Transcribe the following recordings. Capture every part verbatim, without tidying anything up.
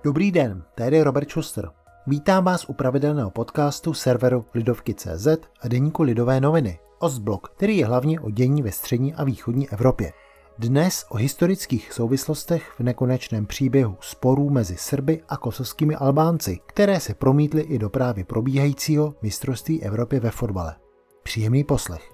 Dobrý den, tady je Robert Schuster. Vítám vás u pravidelného podcastu serveru Lidovky tečka cé zet a deníku Lidové noviny, Ostblok, který je hlavně o dění ve střední a východní Evropě. Dnes o historických souvislostech v nekonečném příběhu sporů mezi Srby a kosovskými Albánci, které se promítly i do právě probíhajícího mistrovství Evropy ve fotbale. Příjemný poslech.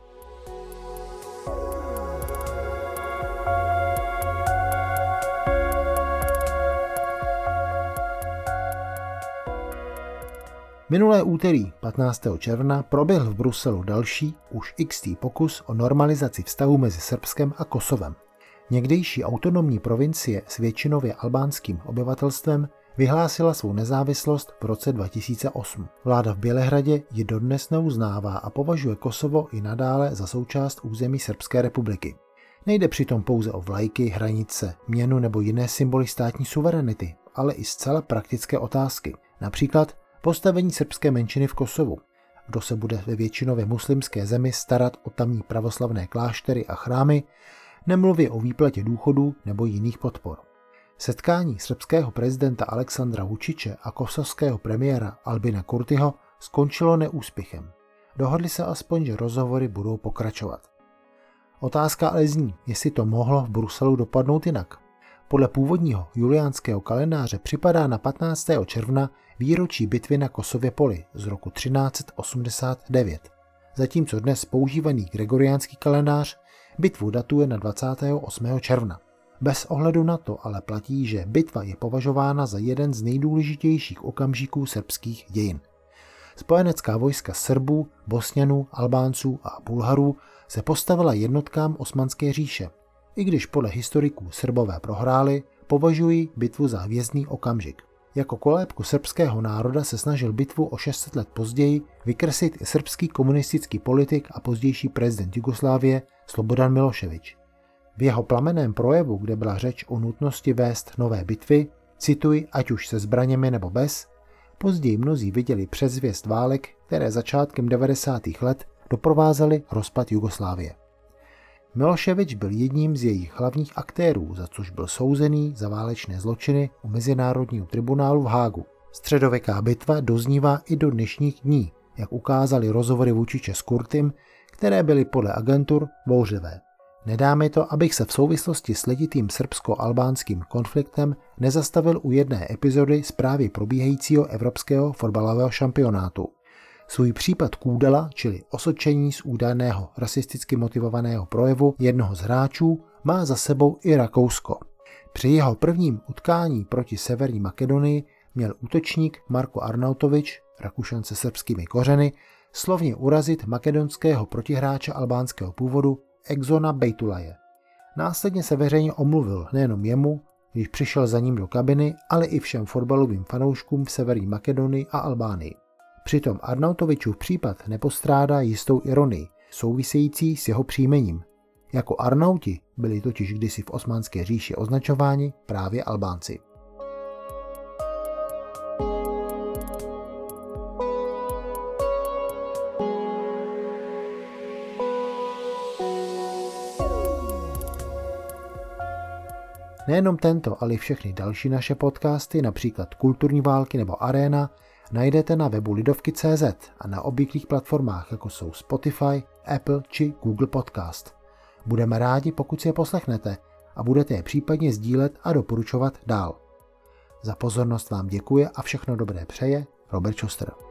Minulé úterý patnáctého června proběhl v Bruselu další, už xtý pokus o normalizaci vztahu mezi Srbskem a Kosovem. Někdejší autonomní provincie s většinově albánským obyvatelstvem vyhlásila svou nezávislost v roce dva tisíce osm. Vláda v Bělehradě ji dodnes neuznává a považuje Kosovo i nadále za součást území Srbské republiky. Nejde přitom pouze o vlajky, hranice, měnu nebo jiné symboly státní suverenity, ale i zcela praktické otázky. Například postavení srbské menšiny v Kosovu. Kdo se bude ve většinově muslimské zemi starat o tamní pravoslavné kláštery a chrámy, nemluvě o výplatě důchodů nebo jiných podpor. Setkání srbského prezidenta Aleksandra Vučiče a kosovského premiéra Albina Kurtiho skončilo neúspěchem. Dohodli se aspoň, že rozhovory budou pokračovat. Otázka ale zní, jestli to mohlo v Bruselu dopadnout jinak. Podle původního juliánského kalendáře připadá na patnáctého června výročí bitvy na Kosově poli z roku třináct osmdesát devět. Zatímco dnes používaný gregoriánský kalendář bitvu datuje na dvacátého osmého června. Bez ohledu na to ale platí, že bitva je považována za jeden z nejdůležitějších okamžiků srbských dějin. Spojenecká vojska Srbů, Bosňanů, Albánců a Bulharů se postavila jednotkám Osmanské říše. I když podle historiků Srbové prohráli, považují bitvu za hvězdný okamžik. Jako kolébku srbského národa se snažil bitvu o šest set let později vykreslit i srbský komunistický politik a pozdější prezident Jugoslávie Slobodan Miloševič. V jeho plamenném projevu, kde byla řeč o nutnosti vést nové bitvy, cituji, ať už se zbraněmi nebo bez, později mnozí viděli předzvěst válek, které začátkem devadesátých let doprovázely rozpad Jugoslávie. Miloševič byl jedním z jejich hlavních aktérů, za což byl souzený za válečné zločiny u Mezinárodního tribunálu v Hágu. Středověká bitva doznívá i do dnešních dní, jak ukázaly rozhovory Vučiče s Kurtim, které byly podle agentur bouřlivé. Nedá mi to, abych se v souvislosti s letitým srbsko-albánským konfliktem nezastavil u jedné epizody z právě probíhajícího evropského fotbalového šampionátu. Svůj případ Kůdela, čili osočení z údajného rasisticky motivovaného projevu jednoho z hráčů, má za sebou i Rakousko. Při jeho prvním utkání proti Severní Makedonii měl útočník Marko Arnautovič, Rakušan se srbskými kořeny, slovně urazit makedonského protihráče albánského původu Exona Bejtulaje. Následně se veřejně omluvil nejenom jemu, když přišel za ním do kabiny, ale i všem fotbalovým fanouškům v Severní Makedonii a Albánii. Přitom Arnautovičův případ nepostrádá jistou ironii, související s jeho příjmením. Jako Arnauti byli totiž kdysi v Osmanské říši označováni právě Albánci. Nejenom tento, ale i všechny další naše podcasty, například Kulturní války nebo Arena, najdete na webu Lidovky tečka cé zet a na obvyklých platformách, jako jsou Spotify, Apple či Google Podcast. Budeme rádi, pokud si je poslechnete a budete je případně sdílet a doporučovat dál. Za pozornost vám děkuje a všechno dobré přeje Robert Schuster.